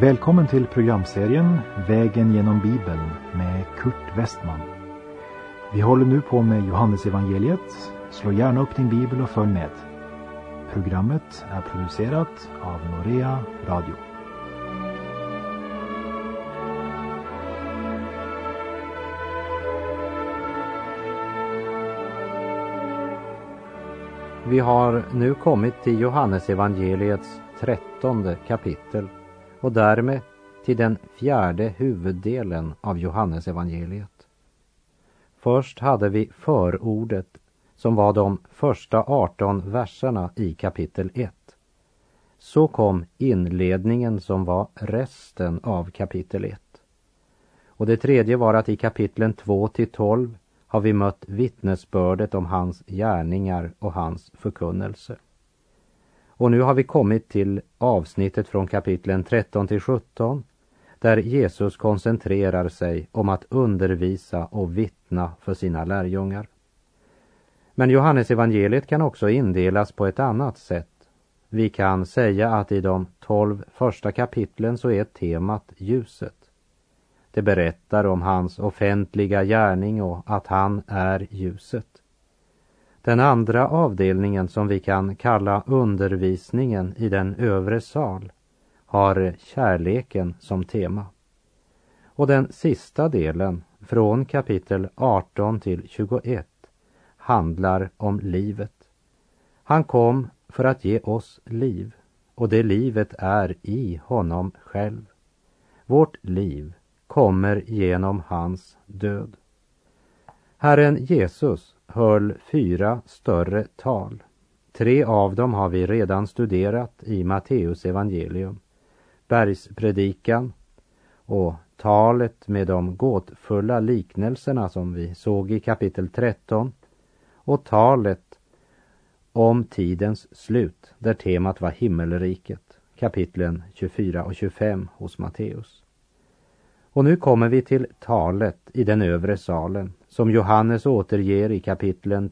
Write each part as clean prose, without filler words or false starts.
Välkommen till programserien Vägen genom Bibeln med Kurt Westman. Vi håller nu på med Johannes evangeliet. Slå gärna upp din bibel och följ med. Programmet är producerat av Norea Radio. Vi har nu kommit till Johannes evangeliets 13:e kapitel och därmed till den 4:e huvuddelen av Johannes evangeliet. Först hade vi förordet som var de första 18 verserna i kapitel 1. Så kom inledningen som var resten av kapitel 1. Och det tredje var att i kapitlen 2-12 har vi mött vittnesbördet om hans gärningar och hans förkunnelse. Och nu har vi kommit till avsnittet från kapitlen 13-17 där Jesus koncentrerar sig om att undervisa och vittna för sina lärjungar. Men Johannes evangeliet kan också indelas på ett annat sätt. Vi kan säga att i de 12 första kapitlen så är temat ljuset. Det berättar om hans offentliga gärning och att han är ljuset. Den andra avdelningen som vi kan kalla undervisningen i den övre sal har kärleken som tema. Och den sista delen från kapitel 18-21 handlar om livet. Han kom för att ge oss liv och det livet är i honom själv. Vårt liv kommer genom hans död. Herren Jesus höll 4 större tal. 3 av dem har vi redan studerat i Matteus evangelium. Bergspredikan och talet med de gåtfulla liknelserna som vi såg i kapitel 13 och talet om tidens slut där temat var himmelriket, kapitlen 24 och 25 hos Matteus. Och nu kommer vi till talet i den övre salen som Johannes återger i kapitlen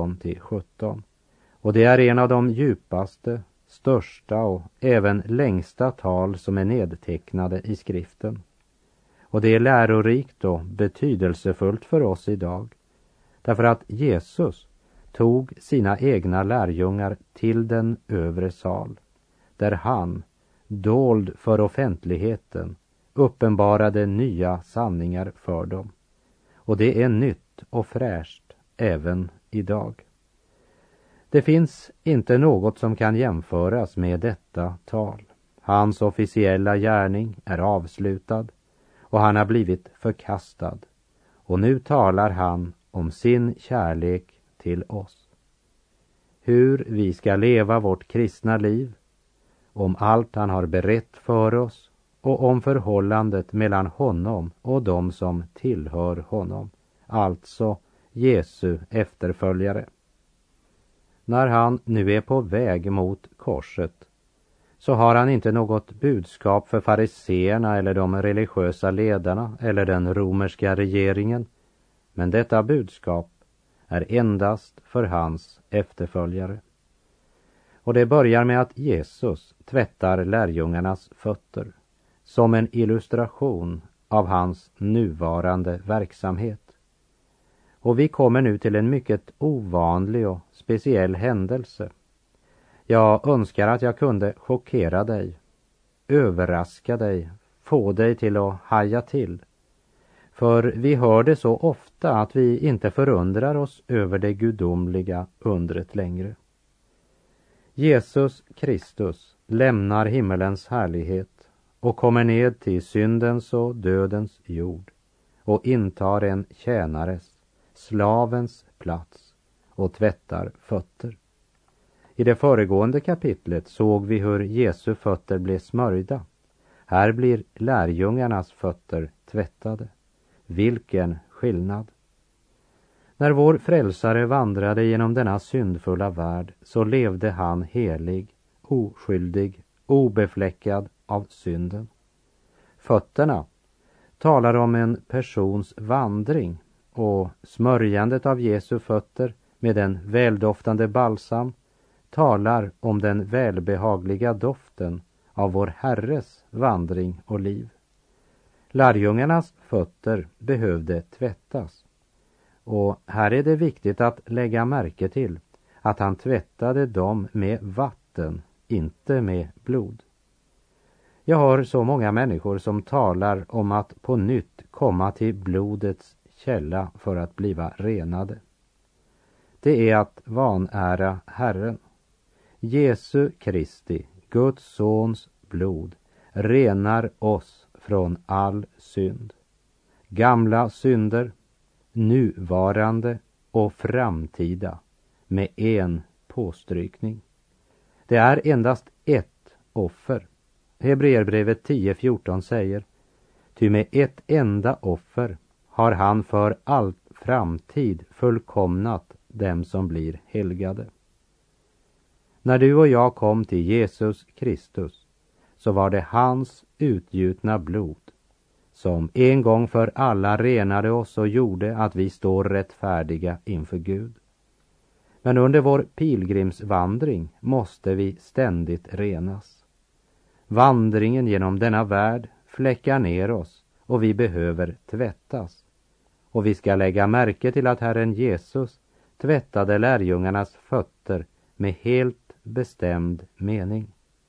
13-17. Och det är en av de djupaste, största och även längsta tal som är nedtecknade i skriften. Och det är lärorikt och betydelsefullt för oss idag. Därför att Jesus tog sina egna lärjungar till den övre sal. Där han, dold för offentligheten, uppenbarade nya sanningar för dem. Och det är nytt och fräscht även idag. Det finns inte något som kan jämföras med detta tal. Hans officiella gärning är avslutad och han har blivit förkastad. Och nu talar han om sin kärlek till oss. Hur vi ska leva vårt kristna liv, om allt han har berättat för oss och om förhållandet mellan honom och de som tillhör honom, alltså Jesu efterföljare. När han nu är på väg mot korset så har han inte något budskap för fariseerna eller de religiösa ledarna eller den romerska regeringen, men detta budskap är endast för hans efterföljare. Och det börjar med att Jesus tvättar lärjungarnas fötter som en illustration av hans nuvarande verksamhet. Och vi kommer nu till en mycket ovanlig och speciell händelse. Jag önskar att jag kunde chockera dig, överraska dig, få dig till att haja till. För vi hör det så ofta att vi inte förundrar oss över det gudomliga undret längre. Jesus Kristus lämnar himmelens härlighet och kommer ned till syndens och dödens jord och intar en tjänares, slavens plats och tvättar fötter. I det föregående kapitlet såg vi hur Jesu fötter blev smörjda. Här blir lärjungarnas fötter tvättade. Vilken skillnad! När vår frälsare vandrade genom denna syndfulla värld så levde han helig, oskyldig, obefläckad av synden. Fötterna talar om en persons vandring och smörjandet av Jesu fötter med en väldoftande balsam talar om den välbehagliga doften av vår Herres vandring och liv. Lärjungarnas fötter behövde tvättas. Och här är det viktigt att lägga märke till att han tvättade dem med vatten, inte med blod. Jag har så många människor som talar om att på nytt komma till blodets källa för att bliva renade. Det är att vanära Herren. Jesu Kristi, Guds sons blod, renar oss från all synd. Gamla synder, nuvarande och framtida, med en påstrykning. Det är endast ett offer. Hebreerbrevet 10:14 säger: ty med ett enda offer har han för all framtid fullkomnat dem som blir helgade. När du och jag kom till Jesus Kristus så var det hans utgjutna blod som en gång för alla renade oss och gjorde att vi står rättfärdiga inför Gud. Men under vår pilgrimsvandring måste vi ständigt renas. Vandringen genom denna värld fläckar ner oss och vi behöver tvättas. Och vi ska lägga märke till att Herren Jesus tvättade lärjungarnas fötter med helt bestämd mening.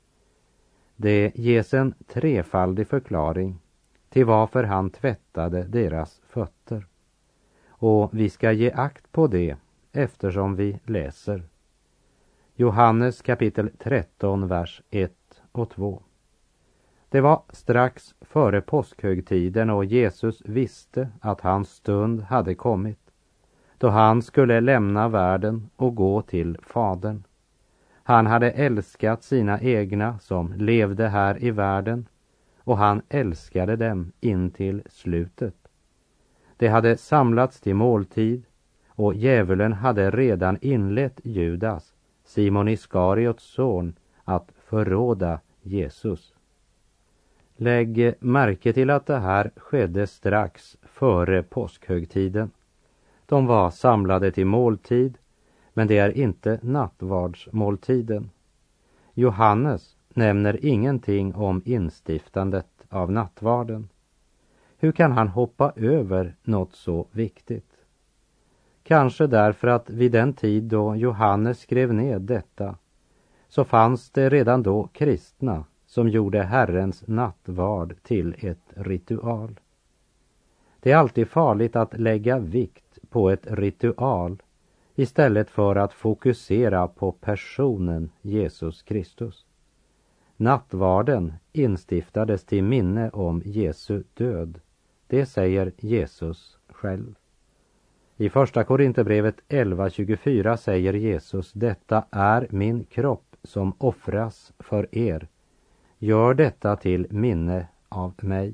Det ges en trefaldig förklaring till varför han tvättade deras fötter. Och vi ska ge akt på det eftersom vi läser Johannes kapitel 13, vers 1 och 2. Det var strax före påskhögtiden och Jesus visste att hans stund hade kommit, då han skulle lämna världen och gå till Fadern. Han hade älskat sina egna som levde här i världen, och han älskade dem in till slutet. Det hade samlats till måltid, och djävulen hade redan inlett Judas, Simon Iskariots son, att förråda Jesus. Lägg märke till att det här skedde strax före påskhögtiden. De var samlade till måltid, men det är inte nattvardsmåltiden. Johannes nämner ingenting om instiftandet av nattvarden. Hur kan han hoppa över något så viktigt? Kanske därför att vid den tid då Johannes skrev ned detta så fanns det redan då kristna som gjorde Herrens nattvard till ett ritual. Det är alltid farligt att lägga vikt på ett ritual istället för att fokusera på personen Jesus Kristus. Nattvarden instiftades till minne om Jesu död. Det säger Jesus själv. I första Korinthierbrevet 11:24 säger Jesus: detta är min kropp som offras för er. Gör detta till minne av mig.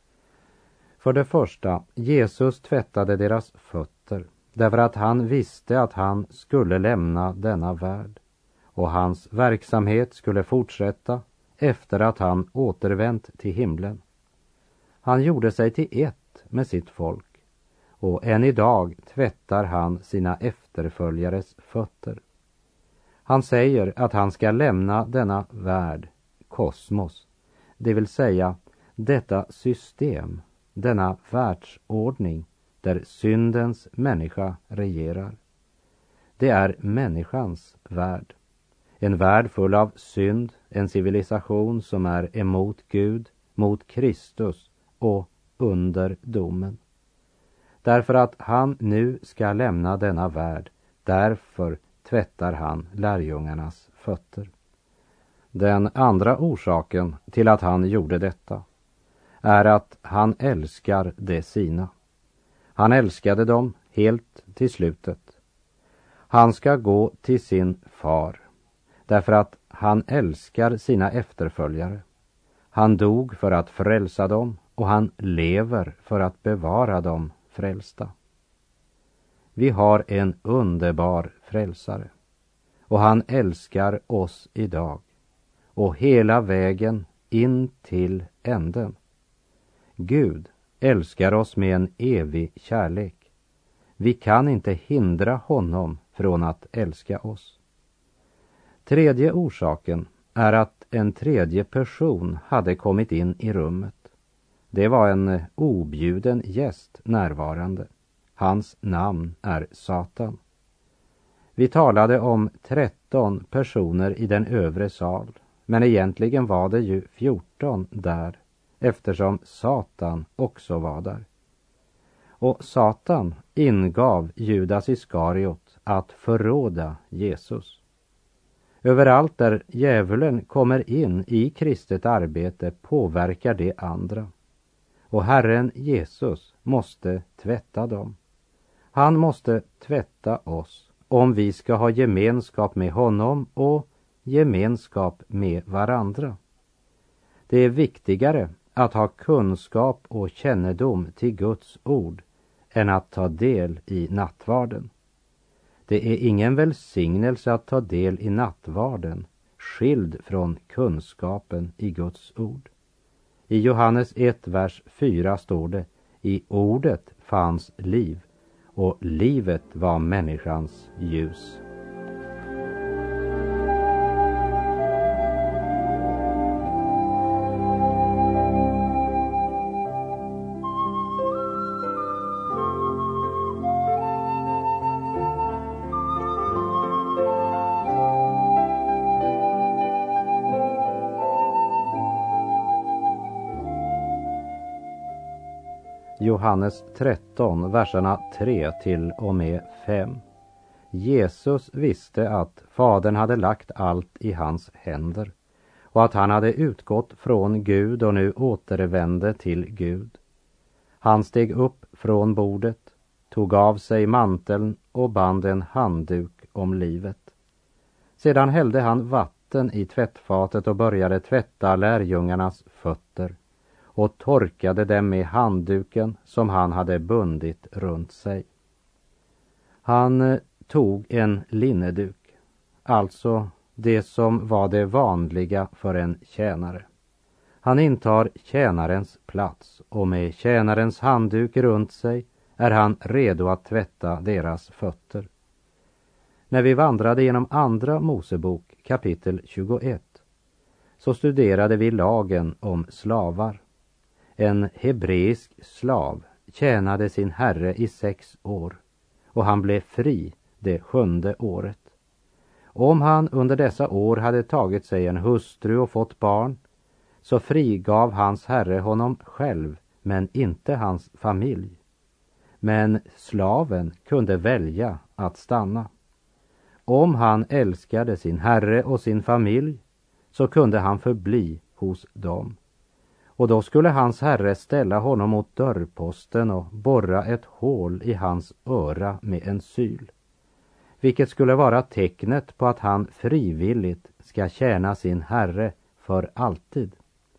För det första, Jesus tvättade deras fötter därför att han visste att han skulle lämna denna värld och hans verksamhet skulle fortsätta efter att han återvänt till himlen. Han gjorde sig till ett med sitt folk, och än idag tvättar han sina efterföljares fötter. Han säger att han ska lämna denna värld, kosmos, det vill säga detta system, denna världsordning där syndens människa regerar. Det är människans värld. En värld full av synd, en civilisation som är emot Gud, mot Kristus och under domen. Därför att han nu ska lämna denna värld, därför tvättar han lärjungarnas fötter. Den andra orsaken till att han gjorde detta är att han älskar de sina. Han älskade dem helt till slutet. Han ska gå till sin far därför att han älskar sina efterföljare. Han dog för att frälsa dem och han lever för att bevara dem frälsta. Vi har en underbar frälsare och han älskar oss idag och hela vägen in till änden. Gud älskar oss med en evig kärlek. Vi kan inte hindra honom från att älska oss. Tredje orsaken är att en tredje person hade kommit in i rummet. Det var en objuden gäst närvarande. Hans namn är Satan. Vi talade om 13 personer i den övre sal, men egentligen var det ju 14 där, eftersom Satan också var där. Och Satan ingav Judas Iskariot att förråda Jesus. Överallt där djävulen kommer in i kristet arbete påverkar det andra. Och Herren Jesus måste tvätta dem. Han måste tvätta oss om vi ska ha gemenskap med honom och gemenskap med varandra. Det är viktigare att ha kunskap och kännedom till Guds ord än att ta del i nattvarden. Det är ingen välsignelse att ta del i nattvarden, skild från kunskapen i Guds ord. I Johannes 1, vers 4 står det: i ordet fanns liv, och livet var människans ljus. Johannes 13, verserna 3 till och med 5. Jesus visste att Fadern hade lagt allt i hans händer och att han hade utgått från Gud och nu återvände till Gud. Han steg upp från bordet, tog av sig manteln och band en handduk om livet. Sedan hällde han vatten i tvättfatet och började tvätta lärjungarnas fötter och torkade dem med handduken som han hade bundit runt sig. Han tog en linneduk, alltså det som var det vanliga för en tjänare. Han intar tjänarens plats och med tjänarens handduk runt sig är han redo att tvätta deras fötter. När vi vandrade genom andra Mosebok kapitel 21 så studerade vi lagen om slavar. En hebreisk slav tjänade sin herre i 6 år och han blev fri det 7:e året. Om han under dessa år hade tagit sig en hustru och fått barn så frigav hans herre honom själv men inte hans familj. Men slaven kunde välja att stanna. Om han älskade sin herre och sin familj så kunde han förbli hos dem. Och då skulle hans herre ställa honom mot dörrposten och borra ett hål i hans öra med en syl, vilket skulle vara tecknet på att han frivilligt ska tjäna sin herre för alltid.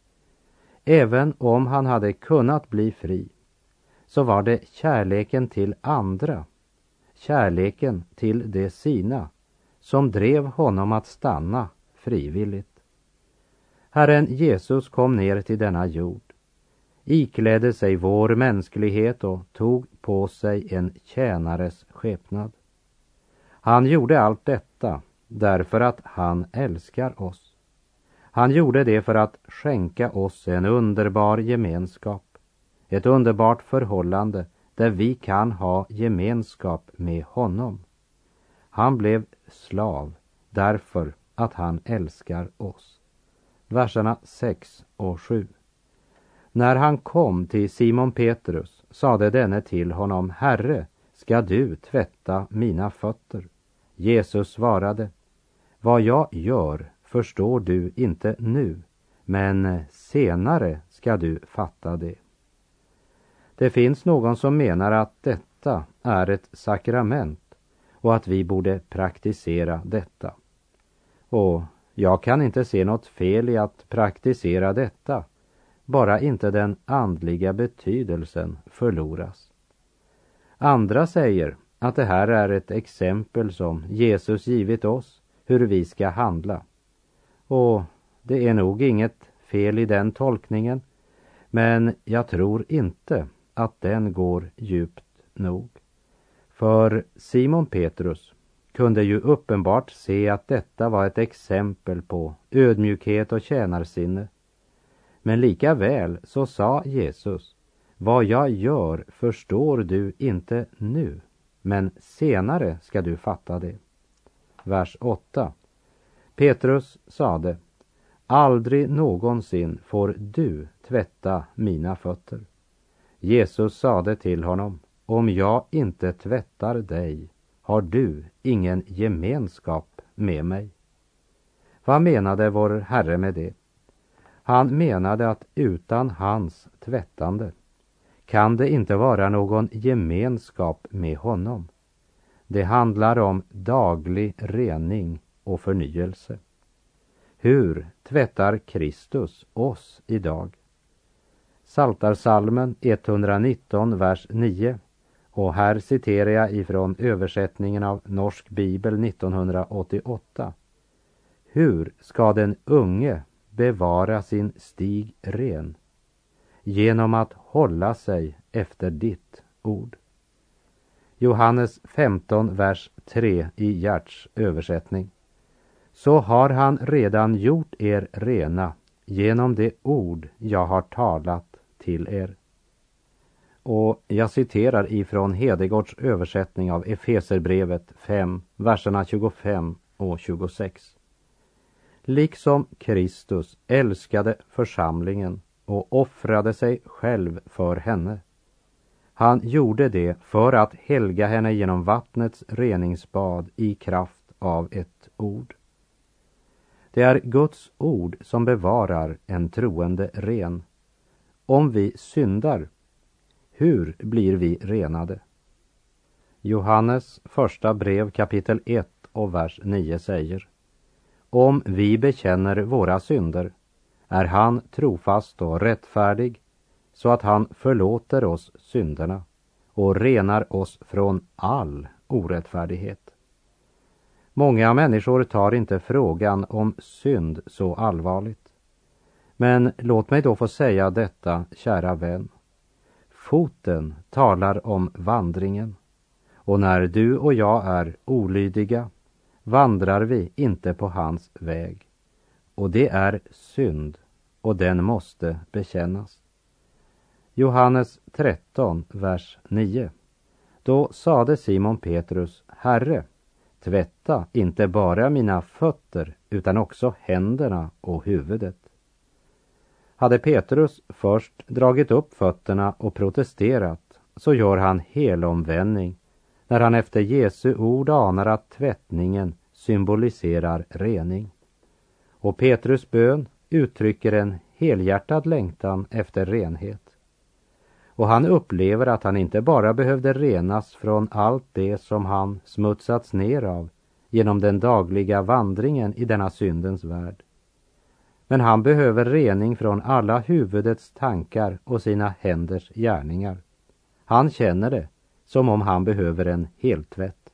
Även om han hade kunnat bli fri så var det kärleken till andra, kärleken till det sina, som drev honom att stanna frivilligt. Herren Jesus kom ner till denna jord, iklädde sig vår mänsklighet och tog på sig en tjänares skepnad. Han gjorde allt detta därför att han älskar oss. Han gjorde det för att skänka oss en underbar gemenskap, ett underbart förhållande där vi kan ha gemenskap med honom. Han blev slav därför att han älskar oss. Verserna 6 och 7. När han kom till Simon Petrus sade denne till honom: Herre, ska du tvätta mina fötter? Jesus svarade: vad jag gör förstår du inte nu, men senare ska du fatta det. Det finns någon som menar att detta är ett sakrament och att vi borde praktisera detta. Och jag kan inte se något fel i att praktisera detta, bara inte den andliga betydelsen förloras. Andra säger att det här är ett exempel som Jesus givit oss hur vi ska handla. Och det är nog inget fel i den tolkningen, men jag tror inte att den går djupt nog. För Simon Petrus kunde ju uppenbart se att detta var ett exempel på ödmjukhet och tjänarsinne. Men lika väl så sa Jesus: vad jag gör förstår du inte nu, men senare ska du fatta det. Vers 8. Petrus sade: aldrig någonsin får du tvätta mina fötter. Jesus sade till honom: om jag inte tvättar dig har du ingen gemenskap med mig. Vad menade vår Herre med det? Han menade att utan hans tvättande kan det inte vara någon gemenskap med honom. Det handlar om daglig rening och förnyelse. Hur tvättar Kristus oss idag? Psaltarpsalmen 119, vers 9. Och här citerar jag ifrån översättningen av Norsk Bibel 1988. Hur ska den unge bevara sin stig ren? Genom att hålla sig efter ditt ord. Johannes 15, vers 3 i Gerts översättning. Så har han redan gjort er rena genom det ord jag har talat till er. Och jag citerar ifrån Hedegårds översättning av Efeserbrevet 5, verserna 25 och 26. Liksom Kristus älskade församlingen och offrade sig själv för henne. Han gjorde det för att helga henne genom vattnets reningsbad i kraft av ett ord. Det är Guds ord som bevarar en troende ren. Om vi syndar, hur blir vi renade? Johannes första brev kapitel 1 och vers 9 säger: om vi bekänner våra synder är han trofast och rättfärdig så att han förlåter oss synderna och renar oss från all orättfärdighet. Många människor tar inte frågan om synd så allvarligt. Men låt mig då få säga detta, kära vän. Foten talar om vandringen. Och när du och jag är olydiga vandrar vi inte på hans väg. Och det är synd, och den måste bekännas. Johannes 13, vers 9. Då sade Simon Petrus: Herre, tvätta inte bara mina fötter utan också händerna och huvudet. Hade Petrus först dragit upp fötterna och protesterat, så gör han helomvändning när han efter Jesu ord anar att tvättningen symboliserar rening. Och Petrus bön uttrycker en helhjärtad längtan efter renhet. Och han upplever att han inte bara behövde renas från allt det som han smutsats ner av genom den dagliga vandringen i denna syndens värld. Men han behöver rening från alla huvudets tankar och sina händers gärningar. Han känner det som om han behöver en heltvätt.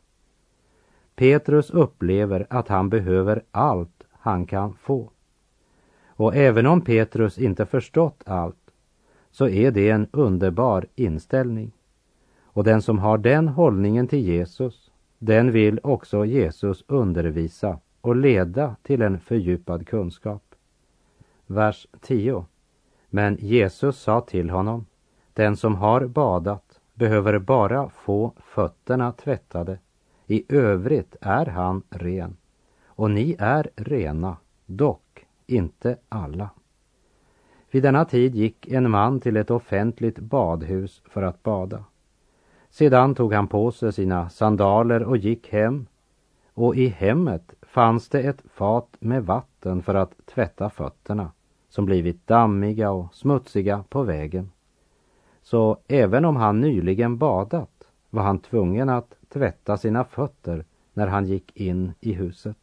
Petrus upplever att han behöver allt han kan få. Och även om Petrus inte förstått allt, så är det en underbar inställning. Och den som har den hållningen till Jesus, den vill också Jesus undervisa och leda till en fördjupad kunskap. Vers 10. Men Jesus sa till honom: den som har badat behöver bara få fötterna tvättade. I övrigt är han ren. Och ni är rena, dock inte alla. Vid denna tid gick en man till ett offentligt badhus för att bada. Sedan tog han på sig sina sandaler och gick hem. Och i hemmet fanns det ett fat med vatten för att tvätta fötterna, som blivit dammiga och smutsiga på vägen. Så även om han nyligen badat var han tvungen att tvätta sina fötter när han gick in i huset.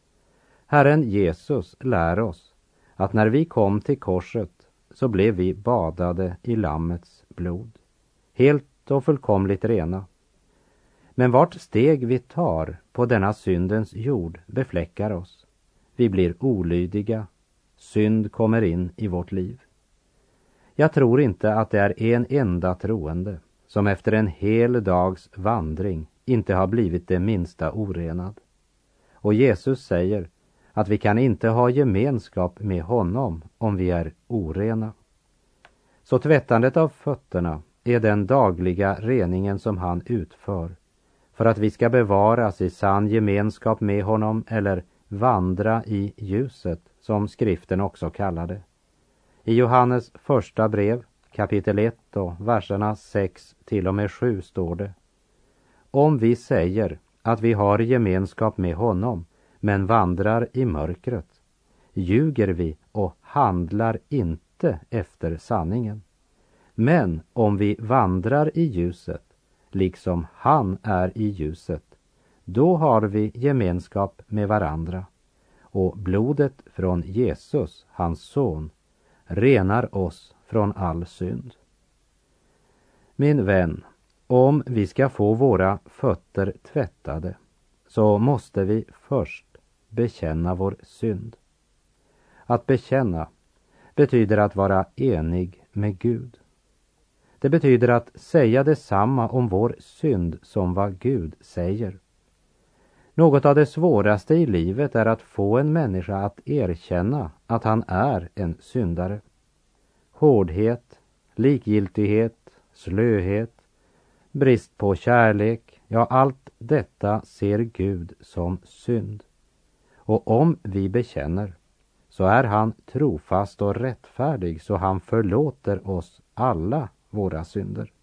Herren Jesus lär oss att när vi kom till korset så blev vi badade i Lammets blod, helt och fullkomligt rena. Men vart steg vi tar på denna syndens jord befläckar oss. Vi blir olydiga, synd kommer in i vårt liv. Jag tror inte att det är en enda troende som efter en hel dags vandring inte har blivit det minsta orenad. Och Jesus säger att vi kan inte ha gemenskap med honom om vi är orena. Så tvättandet av fötterna är den dagliga reningen som han utför för att vi ska bevaras i sann gemenskap med honom, eller vandra i ljuset, som skriften också kallar det. I Johannes första brev, kapitel 1 och verserna 6 till och med 7 står det: om vi säger att vi har gemenskap med honom men vandrar i mörkret, ljuger vi och handlar inte efter sanningen. Men om vi vandrar i ljuset, liksom han är i ljuset, då har vi gemenskap med varandra. Och blodet från Jesus, hans son, renar oss från all synd. Min vän, om vi ska få våra fötter tvättade, så måste vi först bekänna vår synd. Att bekänna betyder att vara enig med Gud. Det betyder att säga detsamma om vår synd som vad Gud säger. Något av det svåraste i livet är att få en människa att erkänna att han är en syndare. Hårdhet, likgiltighet, slöhet, brist på kärlek, ja, allt detta ser Gud som synd. Och om vi bekänner, så är han trofast och rättfärdig, så han förlåter oss alla våra synder.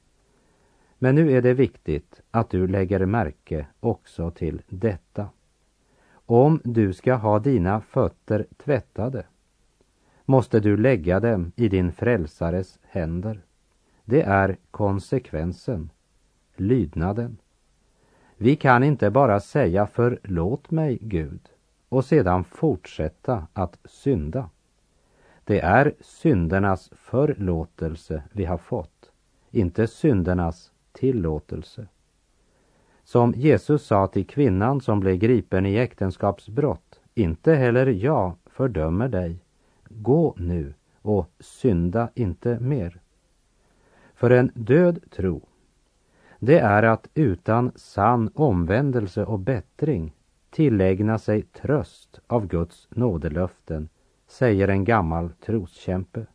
Men nu är det viktigt att du lägger märke också till detta. Om du ska ha dina fötter tvättade, måste du lägga dem i din frälsares händer. Det är konsekvensen, lydnaden. Vi kan inte bara säga förlåt mig Gud och sedan fortsätta att synda. Det är syndernas förlåtelse vi har fått, inte syndernas tillåtelse. Som Jesus sa till kvinnan som blev gripen i äktenskapsbrott: inte heller jag fördömer dig. Gå nu och synda inte mer. För en död tro, det är att utan sann omvändelse och bättring tillägna sig tröst av Guds nådelöften, säger en gammal troskämpe.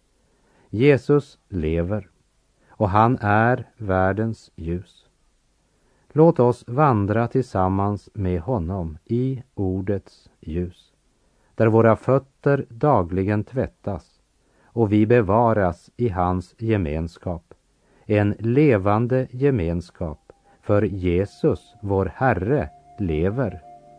Jesus lever och han är världens ljus. Låt oss vandra tillsammans med honom i ordets ljus, där våra fötter dagligen tvättas och vi bevaras i hans gemenskap, en levande gemenskap, för Jesus, vår Herre, lever.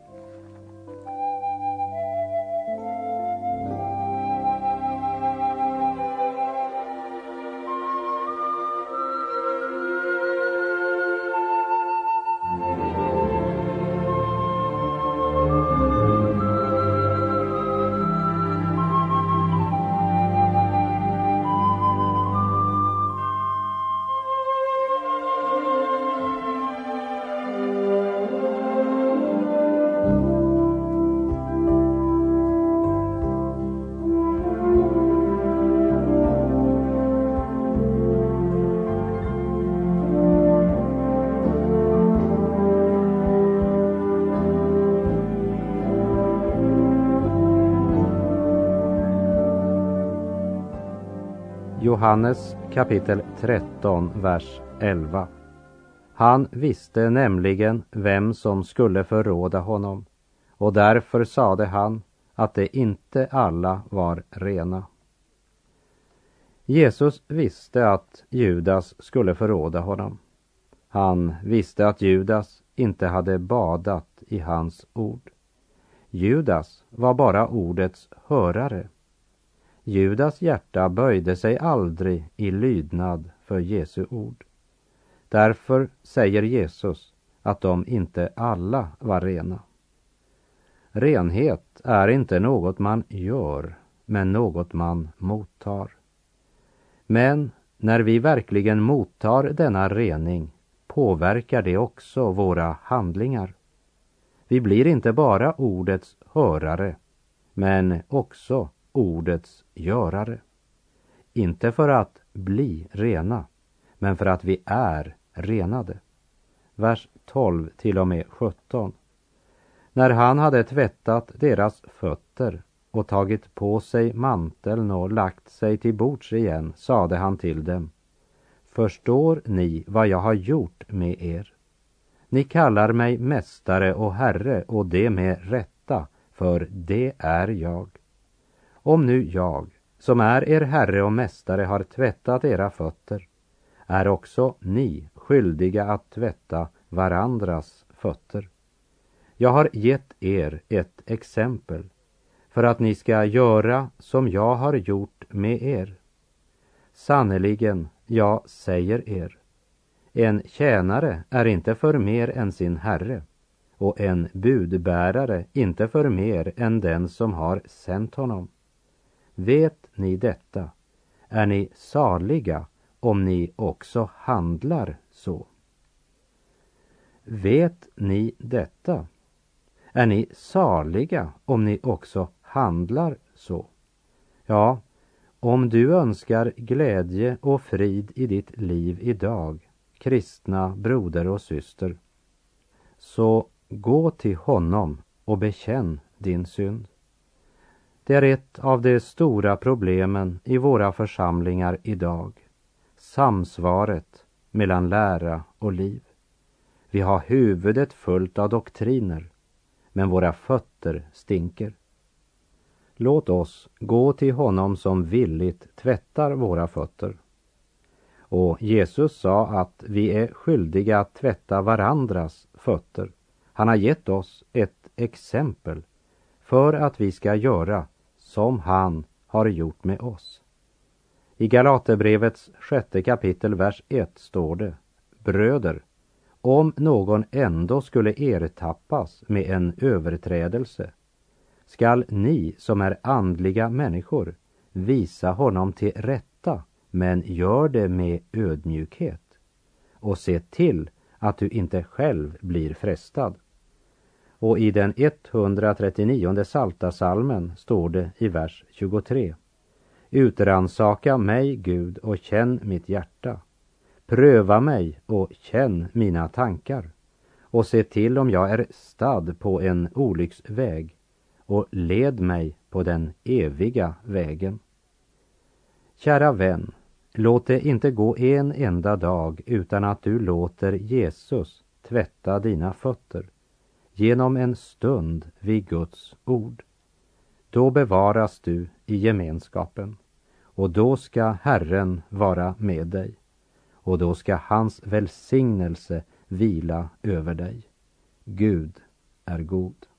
Johannes kapitel 13, vers 11. Han visste nämligen vem som skulle förråda honom, och därför sade han att det inte alla var rena. Jesus visste att Judas skulle förråda honom. Han visste att Judas inte hade badat i hans ord. Judas var bara ordets hörare. Judas hjärta böjde sig aldrig i lydnad för Jesu ord. Därför säger Jesus att de inte alla var rena. Renhet är inte något man gör, men något man mottar. Men när vi verkligen mottar denna rening, påverkar det också våra handlingar. Vi blir inte bara ordets hörare, men också ordets görare. Inte för att bli rena, men för att vi är renade. vers 12 till och med 17. När han hade tvättat deras fötter och tagit på sig manteln och lagt sig till bords igen, sade han till dem: förstår ni vad jag har gjort med er? Ni kallar mig mästare och herre, och det med rätta, för det är jag. Om nu jag, som är er herre och mästare, har tvättat era fötter, är också ni skyldiga att tvätta varandras fötter. Jag har gett er ett exempel för att ni ska göra som jag har gjort med er. Sannerligen, jag säger er, en tjänare är inte för mer än sin herre, och en budbärare inte för mer än den som har sänt honom. Vet ni detta, är ni saliga om ni också handlar så. Vet ni detta, är ni saliga om ni också handlar så. Ja, om du önskar glädje och frid i ditt liv idag, kristna broder och syster, så gå till honom och bekänn din synd. Det är ett av de stora problemen i våra församlingar idag. Samsvaret mellan lära och liv. Vi har huvudet fullt av doktriner, men våra fötter stinker. Låt oss gå till honom som villigt tvättar våra fötter. Och Jesus sa att vi är skyldiga att tvätta varandras fötter. Han har gett oss ett exempel för att vi ska göra som han har gjort med oss. I Galaterbrevets 6:e kapitel, vers 1 står det: bröder, om någon ändå skulle ertappas med en överträdelse, skall ni som är andliga människor visa honom till rätta, men gör det med ödmjukhet, och se till att du inte själv blir frestad. Och i den 139:e Psaltarpsalmen står det i vers 23: utransaka mig, Gud, och känn mitt hjärta. Pröva mig och känn mina tankar, och se till om jag är stad på en olycksväg, och led mig på den eviga vägen. Kära vän, låt det inte gå en enda dag utan att du låter Jesus tvätta dina fötter genom en stund vid Guds ord. Då bevaras du i gemenskapen, och då ska Herren vara med dig, och då ska hans välsignelse vila över dig. Gud är god.